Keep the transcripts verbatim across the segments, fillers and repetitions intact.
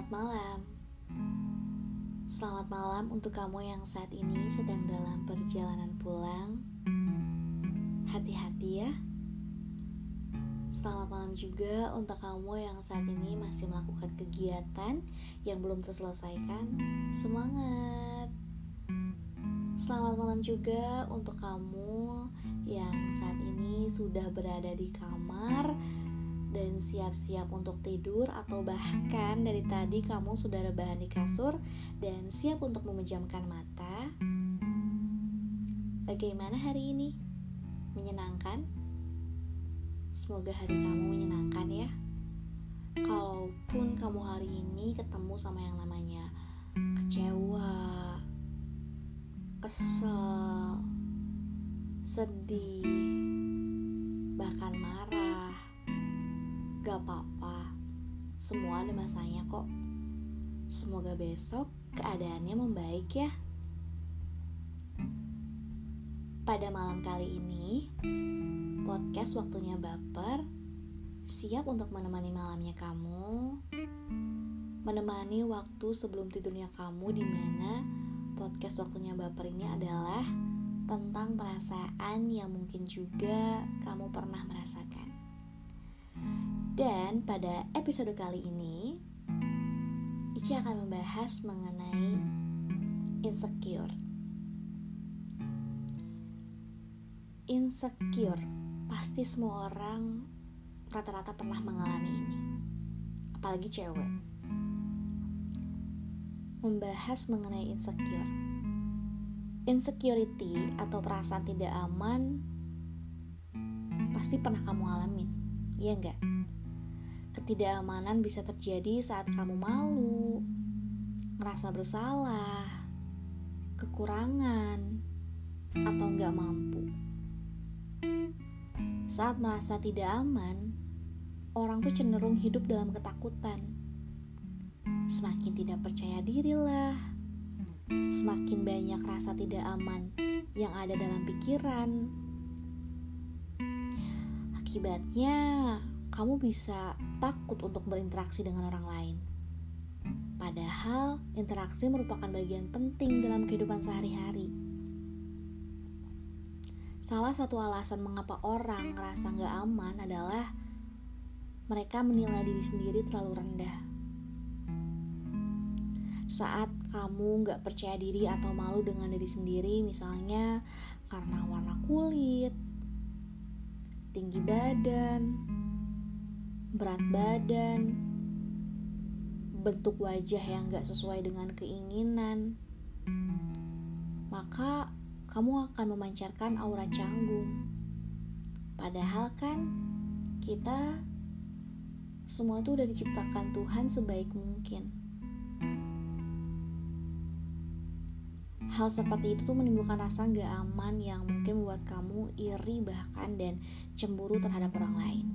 Selamat malam. Selamat malam untuk kamu yang saat ini sedang dalam perjalanan pulang. Hati-hati ya. Selamat malam juga untuk kamu yang saat ini masih melakukan kegiatan yang belum terselesaikan. Semangat. Selamat malam juga untuk kamu yang saat ini sudah berada di kamar dan siap-siap untuk tidur, atau bahkan dari tadi kamu sudah rebahan di kasur dan siap untuk memejamkan mata. Bagaimana hari ini? Menyenangkan? Semoga hari kamu menyenangkan ya. Kalaupun kamu hari ini ketemu sama yang namanya kecewa, kesel, sedih, bahkan marah, gak apa-apa, semua ada masanya kok. Semoga besok keadaannya membaik ya. Pada malam kali ini, podcast Waktunya Baper siap untuk menemani malamnya kamu, menemani waktu sebelum tidurnya kamu, di mana podcast Waktunya Baper ini adalah tentang perasaan yang mungkin juga kamu pernah merasakan. Dan pada episode kali ini, Ici akan membahas mengenai insecure. Insecure, pasti semua orang rata-rata pernah mengalami ini, apalagi cewek. Membahas mengenai insecure. Insecurity atau perasaan tidak aman pasti pernah kamu alamin, iya enggak? Ketidakamanan bisa terjadi saat kamu malu, ngerasa bersalah, kekurangan, atau enggak mampu. Saat merasa tidak aman, orang tuh cenderung hidup dalam ketakutan. Semakin tidak percaya diri lah, semakin banyak rasa tidak aman yang ada dalam pikiran. Akibatnya, kamu bisa takut untuk berinteraksi dengan orang lain. Padahal, interaksi merupakan bagian penting dalam kehidupan sehari-hari. Salah satu alasan mengapa orang ngerasa gak aman adalah mereka menilai diri sendiri terlalu rendah. Saat kamu gak percaya diri atau malu dengan diri sendiri, misalnya karena warna kulit, tinggi badan, berat badan, bentuk wajah yang gak sesuai dengan keinginan, maka kamu akan memancarkan aura canggung. Padahal kan kita semua tuh udah diciptakan Tuhan sebaik mungkin. Hal seperti itu tuh menimbulkan rasa gak aman yang mungkin membuat kamu iri bahkan dan cemburu terhadap orang lain.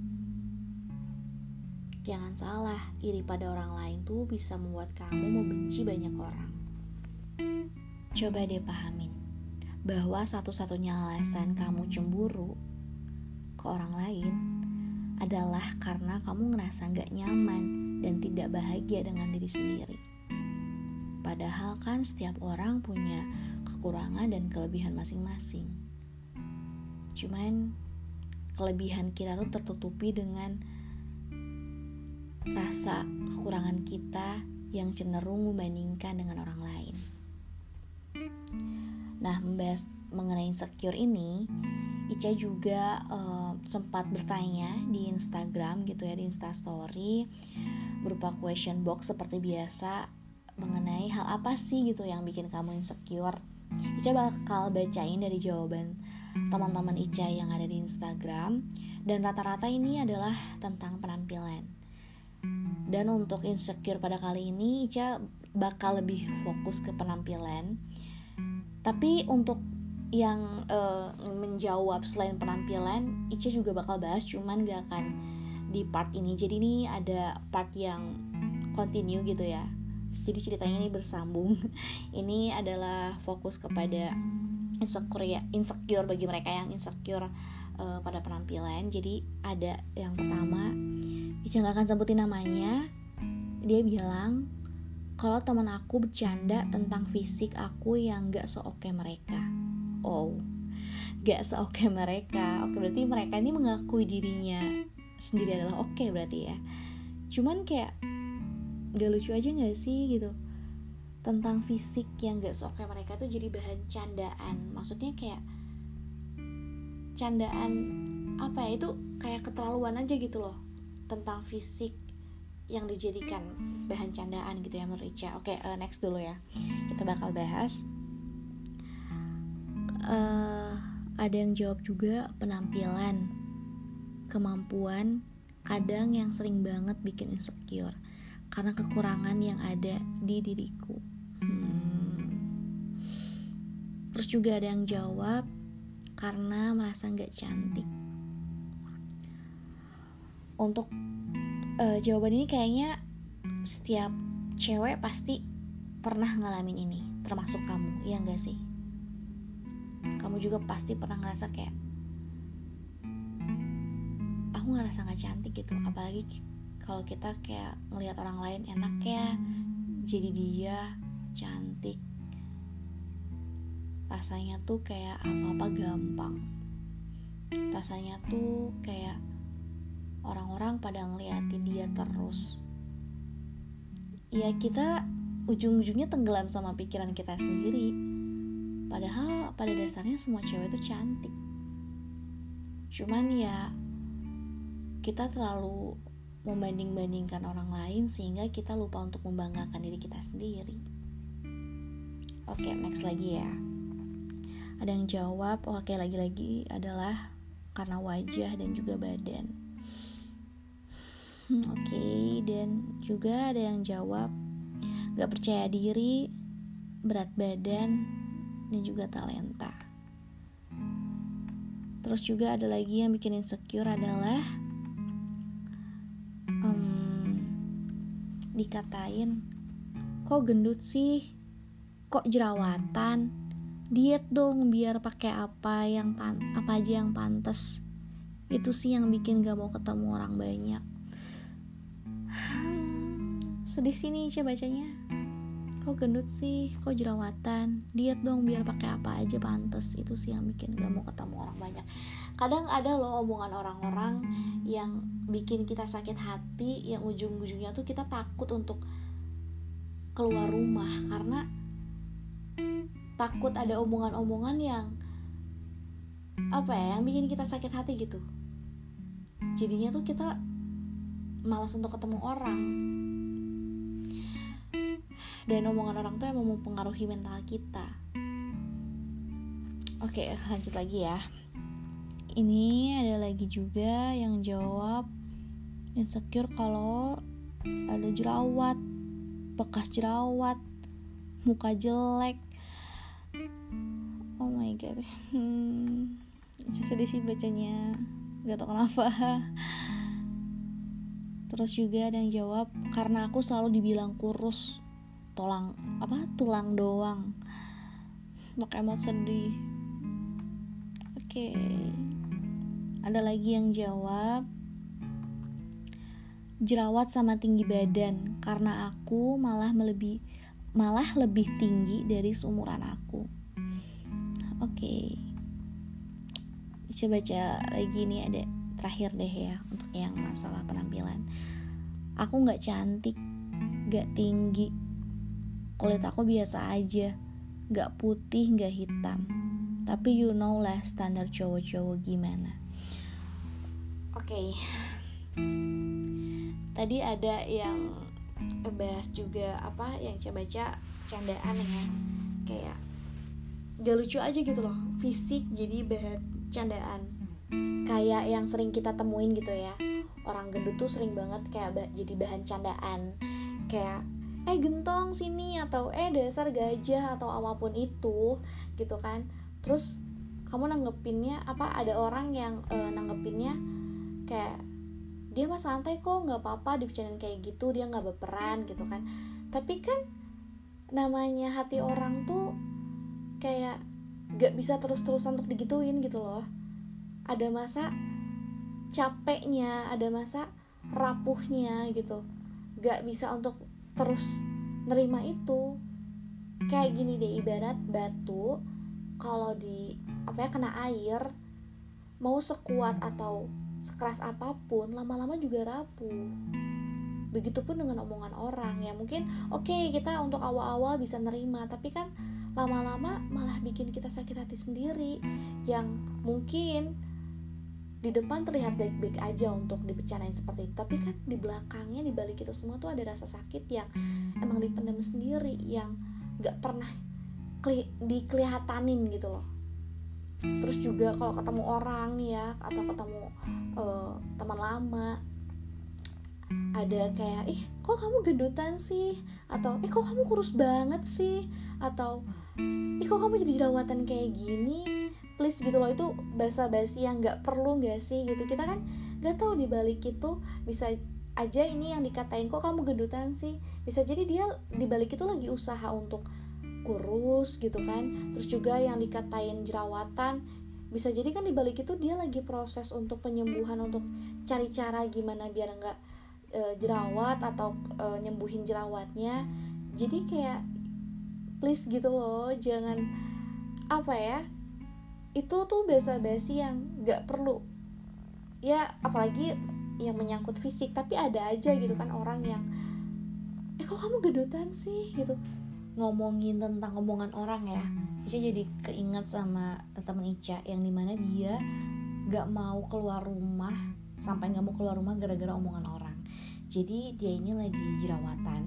Jangan salah, iri pada orang lain tuh bisa membuat kamu membenci banyak orang. Coba deh pahamin bahwa satu-satunya alasan kamu cemburu ke orang lain adalah karena kamu ngerasa gak nyaman dan tidak bahagia dengan diri sendiri. Padahal kan setiap orang punya kekurangan dan kelebihan masing-masing. Cuman kelebihan kita tuh tertutupi dengan rasa kekurangan kita yang cenderung membandingkan dengan orang lain. Nah, membahas mengenai insecure ini, Ica juga uh, sempat bertanya di Instagram gitu ya, di Instastory berupa question box seperti biasa mengenai hal apa sih gitu yang bikin kamu insecure. Ica bakal bacain dari jawaban teman-teman Ica yang ada di Instagram, dan rata-rata ini adalah tentang penampilan. Dan untuk insecure pada kali ini Ica bakal lebih fokus ke penampilan. Tapi untuk yang uh, menjawab selain penampilan, Ica juga bakal bahas, cuman gak akan di part ini. Jadi ini ada part yang continue gitu ya. Jadi ceritanya ini bersambung. Ini adalah fokus kepada insecure ya, insecure bagi mereka yang insecure uh, pada penampilan. Jadi ada yang pertama, Ica gak akan sebutin namanya, dia bilang kalau teman aku bercanda tentang fisik aku yang gak seoke mereka. Oh, gak seoke mereka. Oke, berarti mereka ini mengakui dirinya sendiri adalah oke berarti ya. Cuman kayak gak lucu aja gak sih gitu, tentang fisik yang gak seoke mereka tuh jadi bahan candaan. Maksudnya kayak candaan apa ya, itu kayak keterlaluan aja gitu loh, tentang fisik yang dijadikan bahan candaan gitu ya menurut Ica. Oke, uh, next dulu ya. Kita bakal bahas uh, ada yang jawab juga penampilan, kemampuan, kadang yang sering banget bikin insecure karena kekurangan yang ada di diriku. hmm. Terus juga ada yang jawab karena merasa gak cantik. Untuk Uh, jawaban ini kayaknya setiap cewek pasti pernah ngalamin ini, termasuk kamu, iya gak sih? Kamu juga pasti pernah ngerasa kayak aku ngerasa gak cantik gitu. Apalagi kalau kita kayak ngelihat orang lain enak ya, jadi dia cantik, rasanya tuh kayak apa-apa gampang. Rasanya tuh kayak orang-orang pada ngeliatin dia terus. Ya kita ujung-ujungnya tenggelam sama pikiran kita sendiri. Padahal pada dasarnya semua cewek itu cantik. Cuman ya kita terlalu membanding-bandingkan orang lain sehingga kita lupa untuk membanggakan diri kita sendiri. Oke, next lagi ya. Ada yang jawab, oke lagi-lagi adalah karena wajah dan juga badan. Hmm, Oke, okay. Dan juga ada yang jawab gak percaya diri, berat badan, dan juga talenta. Terus juga ada lagi yang bikin insecure adalah um, dikatain, kok gendut sih, kok jerawatan, diet dong biar pakai apa yang pan- apa aja yang pantas. Itu sih yang bikin gak mau ketemu orang banyak. Sedih sini coba bacanya. Kok gendut sih, kok jerawatan, diet dong biar pakai apa aja pantes. Itu sih yang bikin gak mau ketemu orang banyak. Kadang ada loh omongan orang-orang yang bikin kita sakit hati, yang ujung-ujungnya tuh kita takut untuk keluar rumah karena takut ada omongan-omongan yang apa ya, yang bikin kita sakit hati gitu. Jadinya tuh kita malas untuk ketemu orang. Dan omongan orang tuh emang mempengaruhi mental kita. Oke, lanjut lagi ya. Ini ada lagi juga yang jawab insecure kalau ada jerawat, bekas jerawat, muka jelek. Oh my god. Hmm, sedih sih bacanya. Gak tau kenapa. Terus juga ada yang jawab karena aku selalu dibilang kurus, tulang apa tulang doang. Pakai emot sedih. Oke. Ada lagi yang jawab jerawat sama tinggi badan karena aku malah melebih malah lebih tinggi dari seumuran aku. Oke. Coba baca lagi nih, ada terakhir deh ya untuk yang masalah penampilan. Aku nggak cantik, nggak tinggi, kulit aku biasa aja, gak putih, gak hitam. Tapi you know lah standar cowok-cowok gimana. Oke okay. Tadi ada yang bahas juga apa yang saya baca candaan ya, kayak gak lucu aja gitu loh, fisik jadi bahan candaan. Kayak yang sering kita temuin gitu ya, orang gendut tuh sering banget kayak bah- jadi bahan candaan. Kayak eh gentong sini, atau eh dasar gajah, atau apapun itu gitu kan. Terus kamu nanggepinnya apa, ada orang yang uh, nanggepinnya kayak dia mah santai kok, nggak apa-apa dibicarain kayak gitu, dia nggak berperan gitu kan. Tapi kan namanya hati orang tuh kayak nggak bisa terus-terusan untuk digituin gitu loh. Ada masa capeknya, ada masa rapuhnya gitu. gak bisa untuk terus nerima itu. Kayak gini deh, ibarat batu kalau di apa ya kena air, mau sekuat atau sekeras apapun lama-lama juga rapuh. Begitupun dengan omongan orang ya, mungkin oke okay, kita untuk awal-awal bisa nerima, tapi kan lama-lama malah bikin kita sakit hati sendiri. Yang mungkin di depan terlihat baik-baik aja untuk dibicarain seperti itu, tapi kan di belakangnya, di balik itu semua tuh ada rasa sakit yang emang dipendam sendiri, yang gak pernah keli- dikelihatanin gitu loh. Terus juga kalau ketemu orang nih ya, atau ketemu uh, teman lama, ada kayak, ih kok kamu gendutan sih, atau ih kok kamu kurus banget sih, atau ih kok kamu jadi jerawatan kayak gini, please gitu loh. Itu basa-basi yang gak perlu gak sih gitu. Kita kan gak tahu di balik itu bisa aja ini yang dikatain kok kamu gendutan sih, bisa jadi dia di balik itu lagi usaha untuk kurus gitu kan. Terus juga yang dikatain jerawatan, bisa jadi kan di balik itu dia lagi proses untuk penyembuhan, untuk cari cara gimana biar gak e, jerawat atau e, nyembuhin jerawatnya. Jadi kayak please gitu loh, jangan apa ya, itu tuh basa-basi yang gak perlu ya, apalagi yang menyangkut fisik. Tapi ada aja gitu kan orang yang eh kok kamu gendutan sih gitu. Ngomongin tentang omongan orang ya, Ica jadi keinget sama temen Ica yang dimana dia gak mau keluar rumah, sampai gak mau keluar rumah gara-gara omongan orang. Jadi dia ini lagi jerawatan,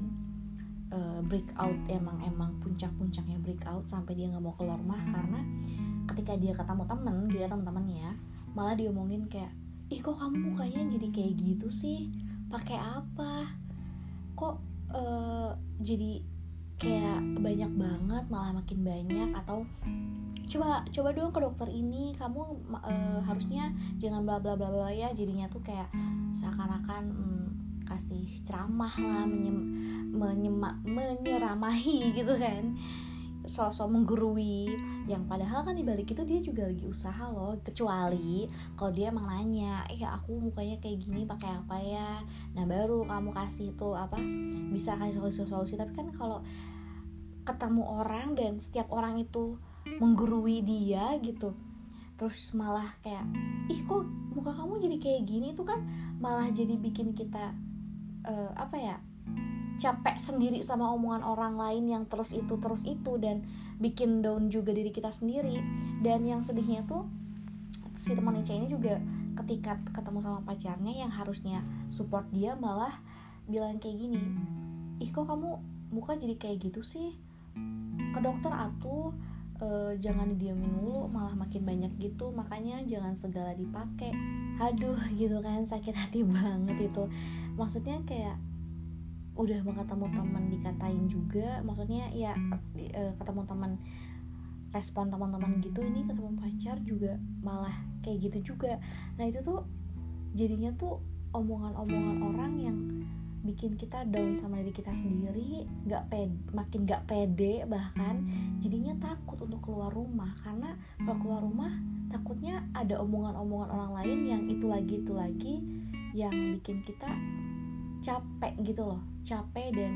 uh, breakout, emang emang puncak-puncaknya breakout, sampai dia gak mau keluar rumah karena ketika dia ketemu temen, dia temen-temennya malah diomongin kayak, ih kok kamu mukanya jadi kayak gitu sih, pakai apa, kok uh, jadi kayak banyak banget, malah makin banyak, atau coba coba dong ke dokter ini, kamu uh, harusnya jangan bla bla bla bla ya. Jadinya tuh kayak seakan-akan hmm, kasih ceramah lah, menyem, menyema, menyeramahi gitu kan, sosok menggurui, yang padahal kan dibalik itu dia juga lagi usaha loh. Kecuali kalau dia emang nanya, eh aku mukanya kayak gini pakai apa ya, nah baru kamu kasih tuh apa, bisa kasih solusi-solusi. Tapi kan kalau ketemu orang dan setiap orang itu menggurui dia gitu, terus malah kayak, ih kok muka kamu jadi kayak gini, itu kan malah jadi bikin kita uh, apa ya, capek sendiri sama omongan orang lain yang terus itu terus itu, dan bikin down juga diri kita sendiri. Dan yang sedihnya tuh si teman Ica ini juga ketika ketemu sama pacarnya yang harusnya support dia, malah bilang kayak gini, ih kok kamu muka jadi kayak gitu sih, ke dokter atuh, e, jangan didiamin mulu, malah makin banyak gitu, makanya jangan segala dipakai. Aduh gitu kan, sakit hati banget itu. Maksudnya kayak udah mau ketemu teman dikatain juga, maksudnya ya e, ketemu teman, respon teman-teman gitu, ini ketemu pacar juga malah kayak gitu juga. Nah itu tuh jadinya tuh omongan-omongan orang yang bikin kita down sama diri kita sendiri, gak pede, makin gak pede, bahkan jadinya takut untuk keluar rumah. Karena kalau keluar rumah takutnya ada omongan-omongan orang lain yang itu lagi itu lagi yang bikin kita capek gitu loh, capek dan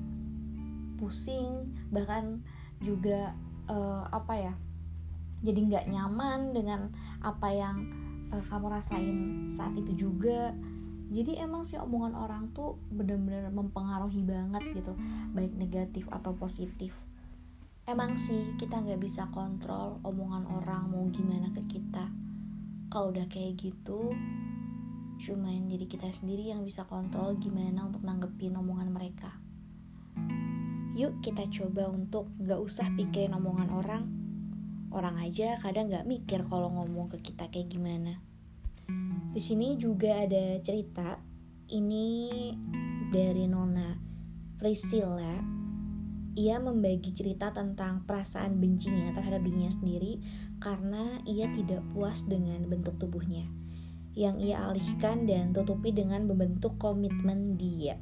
pusing, bahkan juga uh, apa ya, jadi nggak nyaman dengan apa yang uh, kamu rasain saat itu juga. Jadi emang sih omongan orang tuh benar-benar mempengaruhi banget gitu, baik negatif atau positif. Emang sih kita nggak bisa kontrol omongan orang mau gimana ke kita. Kalau udah kayak gitu, cuman diri kita sendiri yang bisa kontrol gimana untuk nanggepin omongan mereka. Yuk kita coba untuk nggak usah pikirin omongan orang. Orang aja kadang nggak mikir kalau ngomong ke kita kayak gimana. Di sini juga ada cerita ini dari Nona Priscilla. Ia membagi cerita tentang perasaan bencinya terhadap dirinya sendiri karena ia tidak puas dengan bentuk tubuhnya yang ia alihkan dan tutupi dengan membentuk komitmen diet.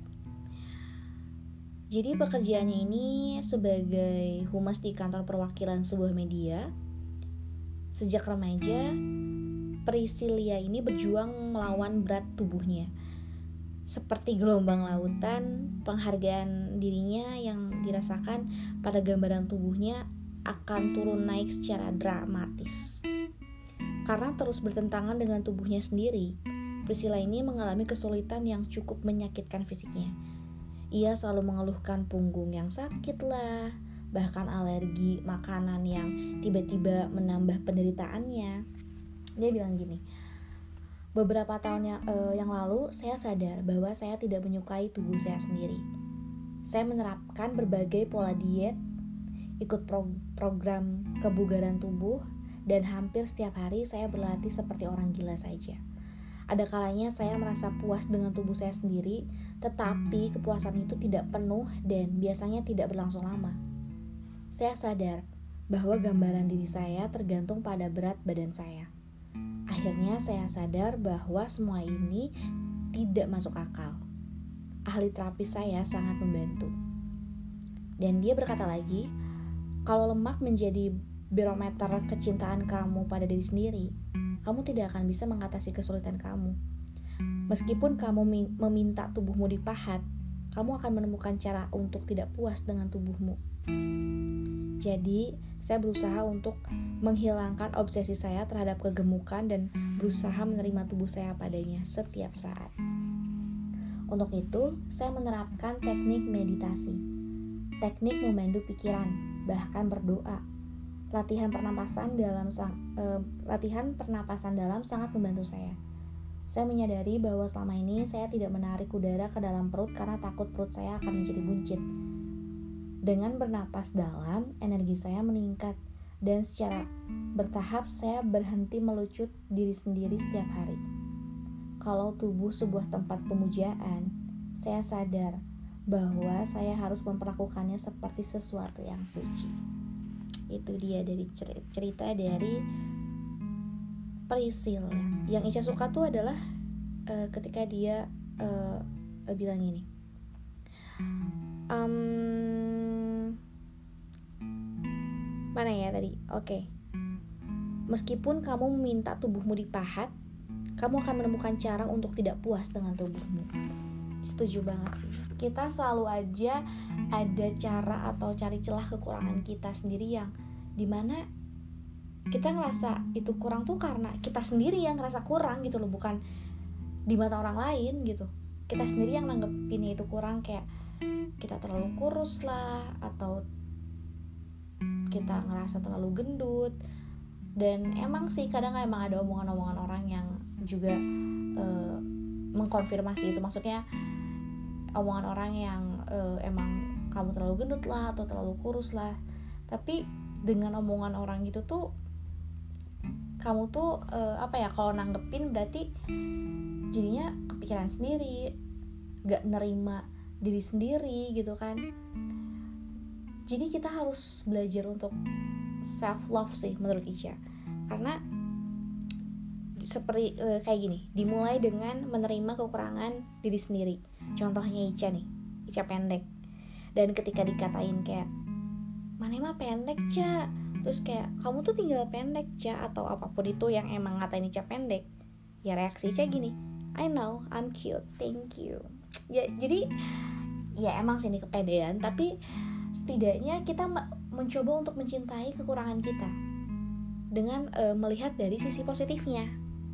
Jadi pekerjaannya ini sebagai humas di kantor perwakilan sebuah media. Sejak remaja, Priscilla ini berjuang melawan berat tubuhnya. seperti gelombang lautan. Penghargaan dirinya yang dirasakan pada gambaran tubuhnya akan turun naik secara dramatis. Karena terus bertentangan dengan tubuhnya sendiri, Priscilla ini mengalami kesulitan yang cukup menyakitkan fisiknya. Ia selalu mengeluhkan punggung yang sakit lah, bahkan alergi makanan yang tiba-tiba menambah penderitaannya. Dia bilang gini, beberapa tahun yang, eh, yang lalu saya sadar bahwa saya tidak menyukai tubuh saya sendiri. Saya menerapkan berbagai pola diet, ikut pro- program kebugaran tubuh, dan hampir setiap hari saya berlatih seperti orang gila saja. Ada kalanya saya merasa puas dengan tubuh saya sendiri, tetapi kepuasan itu tidak penuh dan biasanya tidak berlangsung lama. Saya sadar bahwa gambaran diri saya tergantung pada berat badan saya. Akhirnya saya sadar bahwa semua ini tidak masuk akal. Ahli terapi saya sangat membantu. Dan dia berkata lagi, kalau lemak menjadi barometer kecintaan kamu pada diri sendiri, kamu tidak akan bisa mengatasi kesulitan kamu. Meskipun kamu meminta tubuhmu dipahat, kamu akan menemukan cara untuk tidak puas dengan tubuhmu. Jadi, saya berusaha untuk menghilangkan obsesi saya terhadap kegemukan dan berusaha menerima tubuh saya padanya setiap saat. Untuk itu, saya menerapkan teknik meditasi, teknik memandu pikiran, bahkan berdoa. Latihan pernapasan dalam sang, eh, latihan pernapasan dalam sangat membantu saya. Saya menyadari bahwa selama ini saya tidak menarik udara ke dalam perut karena takut perut saya akan menjadi buncit. Dengan bernapas dalam, energi saya meningkat dan secara bertahap saya berhenti melucut diri sendiri setiap hari. Kalau tubuh sebuah tempat pemujaan, saya sadar bahwa saya harus memperlakukannya seperti sesuatu yang suci. Itu dia dari cerita dari Priscilla. Yang Ica suka tuh adalah uh, ketika dia uh, uh, bilang gini, um, mana ya tadi? Oke, okay. Meskipun kamu meminta tubuhmu dipahat, kamu akan menemukan cara untuk tidak puas dengan tubuhmu. Setuju banget sih. Kita selalu aja ada cara atau cari celah kekurangan kita sendiri yang dimana kita ngerasa itu kurang tuh karena kita sendiri yang ngerasa kurang gitu loh, bukan di mata orang lain gitu. Kita sendiri yang nanggepinnya itu kurang, kayak kita terlalu kurus lah, atau kita ngerasa terlalu gendut. Dan emang sih kadang emang ada omongan-omongan orang yang juga uh, mengkonfirmasi itu, maksudnya omongan orang yang uh, emang kamu terlalu gendut lah atau terlalu kurus lah. Tapi dengan omongan orang gitu tuh kamu tuh uh, apa ya, kalau nanggepin berarti jadinya kepikiran sendiri, gak nerima diri sendiri gitu kan. Jadi kita harus belajar untuk self love sih menurut Ica, karena seperti uh, kayak gini, dimulai dengan menerima kekurangan diri sendiri. Contohnya Ica nih, Ica pendek, dan ketika dikatain kayak mana emang pendek Ca, terus kayak kamu tuh tinggal pendek Ca, atau apapun itu yang emang ngatain Ica pendek, ya reaksi Ica gini, I know I'm cute, thank you. Ya jadi ya emang sih ini kepedean, tapi setidaknya kita mencoba untuk mencintai kekurangan kita dengan uh, melihat dari sisi positifnya.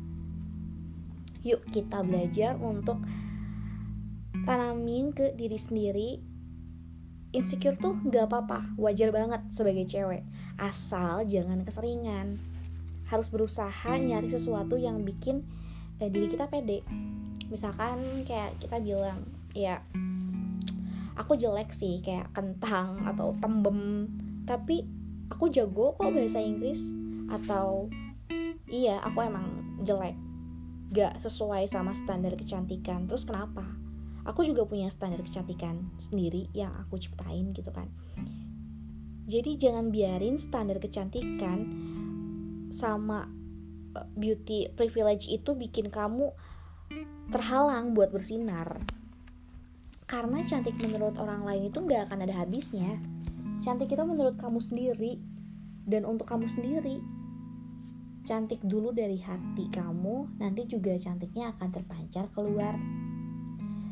Yuk kita belajar untuk tanamin ke diri sendiri. Insecure tuh gak apa-apa, wajar banget sebagai cewek, asal jangan keseringan. Harus berusaha nyari sesuatu yang bikin eh, diri kita pede. Misalkan kayak kita bilang, ya aku jelek sih, kayak kentang atau tembem, tapi aku jago kok bahasa Inggris. Atau iya aku emang jelek, gak sesuai sama standar kecantikan, terus kenapa? Aku juga punya standar kecantikan sendiri yang aku ciptain gitu kan. Jadi jangan biarin standar kecantikan sama beauty privilege itu bikin kamu terhalang buat bersinar. Karena cantik menurut orang lain itu gak akan ada habisnya. Cantik itu menurut kamu sendiri dan untuk kamu sendiri. Cantik dulu dari hati kamu, nanti juga cantiknya akan terpancar keluar.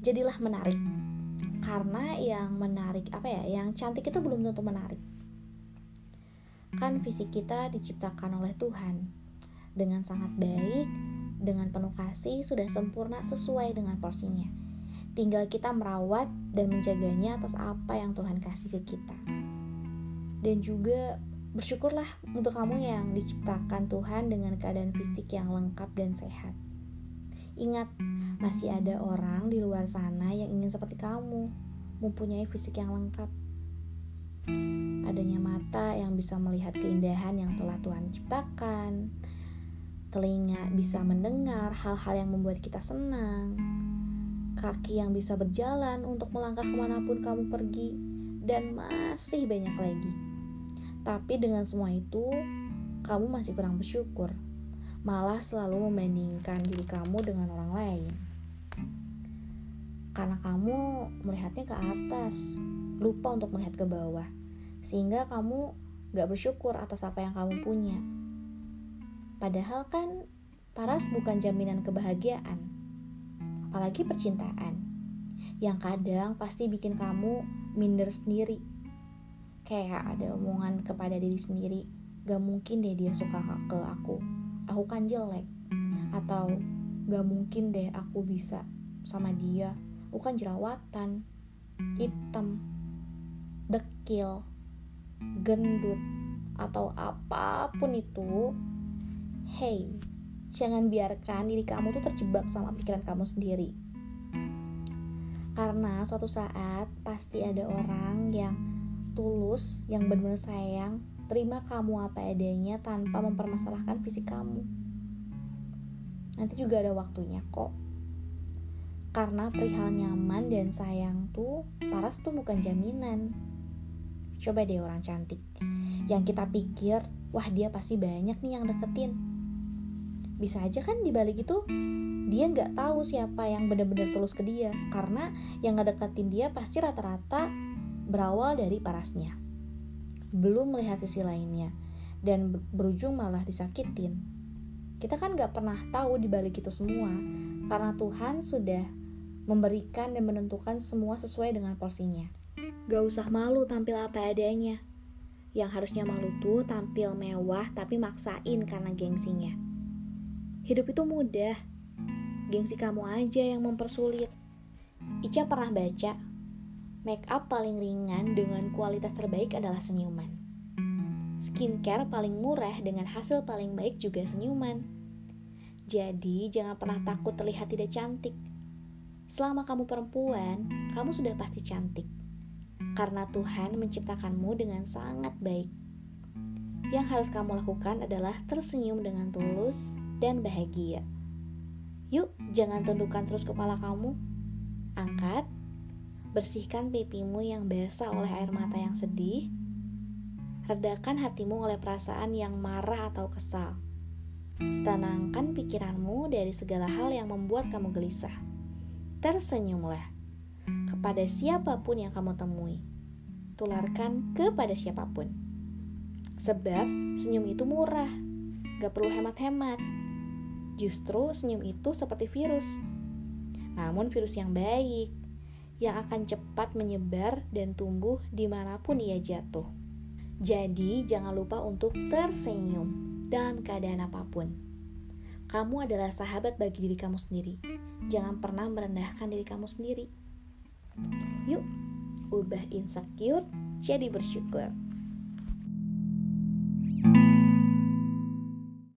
jadilah menarik. Karena yang menarik apa ya, yang cantik itu belum tentu menarik. Kan fisik kita diciptakan oleh Tuhan dengan sangat baik, dengan penuh kasih, sudah sempurna sesuai dengan porsinya. Tinggal kita merawat dan menjaganya atas apa yang Tuhan kasih ke kita. Dan juga bersyukurlah untuk kamu yang diciptakan Tuhan dengan keadaan fisik yang lengkap dan sehat. Ingat, masih ada orang di luar sana yang ingin seperti kamu, mempunyai fisik yang lengkap. Adanya mata yang bisa melihat keindahan yang telah Tuhan ciptakan, telinga bisa mendengar hal-hal yang membuat kita senang, kaki yang bisa berjalan untuk melangkah kemanapun kamu pergi, dan masih banyak lagi. Tapi dengan semua itu, kamu masih kurang bersyukur, malah selalu membandingkan diri kamu dengan orang lain. Karena kamu melihatnya ke atas, lupa untuk melihat ke bawah, sehingga kamu gak bersyukur atas apa yang kamu punya. Padahal kan paras bukan jaminan kebahagiaan, apalagi percintaan, yang kadang pasti bikin kamu minder sendiri. Kayak ada omongan kepada diri sendiri, gak mungkin deh dia suka ke aku, aku kan jelek. Atau gak mungkin deh aku bisa sama dia, aku kan jerawatan, hitam, dekil, gendut, atau apapun itu. Hey, jangan biarkan diri kamu tuh terjebak sama pikiran kamu sendiri. Karena suatu saat pasti ada orang yang tulus, yang benar-benar sayang, terima kamu apa adanya tanpa mempermasalahkan fisik kamu. Nanti juga ada waktunya kok. Karena perihal nyaman dan sayang tuh, paras tuh bukan jaminan. Coba deh orang cantik yang kita pikir, wah dia pasti banyak nih yang deketin. Bisa aja kan dibalik itu dia gak tahu siapa yang benar-benar tulus ke dia, karena yang ngedeketin dia pasti rata-rata berawal dari parasnya, belum melihat sisi lainnya, dan berujung malah disakitin. Kita kan gak pernah tahu dibalik itu semua, karena Tuhan sudah memberikan dan menentukan semua sesuai dengan porsinya. Gak usah malu tampil apa adanya. Yang harusnya malu tuh tampil mewah tapi maksain karena gengsinya. Hidup itu mudah, gengsi kamu aja yang mempersulit. Ica pernah baca, make up paling ringan dengan kualitas terbaik adalah senyuman. Skincare paling murah dengan hasil paling baik juga senyuman. Jadi jangan pernah takut terlihat tidak cantik. Selama kamu perempuan, kamu sudah pasti cantik. Karena Tuhan menciptakanmu dengan sangat baik. Yang harus kamu lakukan adalah tersenyum dengan tulus dan bahagia. Yuk, jangan tundukkan terus kepala kamu. Angkat, bersihkan pipimu yang basah oleh air mata yang sedih. Redakan hatimu oleh perasaan yang marah atau kesal. Tenangkan pikiranmu dari segala hal yang membuat kamu gelisah. Tersenyumlah kepada siapapun yang kamu temui. Tularkan kepada siapapun. Sebab senyum itu murah, gak perlu hemat-hemat. Justru senyum itu seperti virus. Namun virus yang baik, yang akan cepat menyebar dan tumbuh dimanapun ia jatuh. Jadi jangan lupa untuk tersenyum dalam keadaan apapun. Kamu adalah sahabat bagi diri kamu sendiri. Jangan pernah merendahkan diri kamu sendiri. Yuk, ubah insecure jadi bersyukur.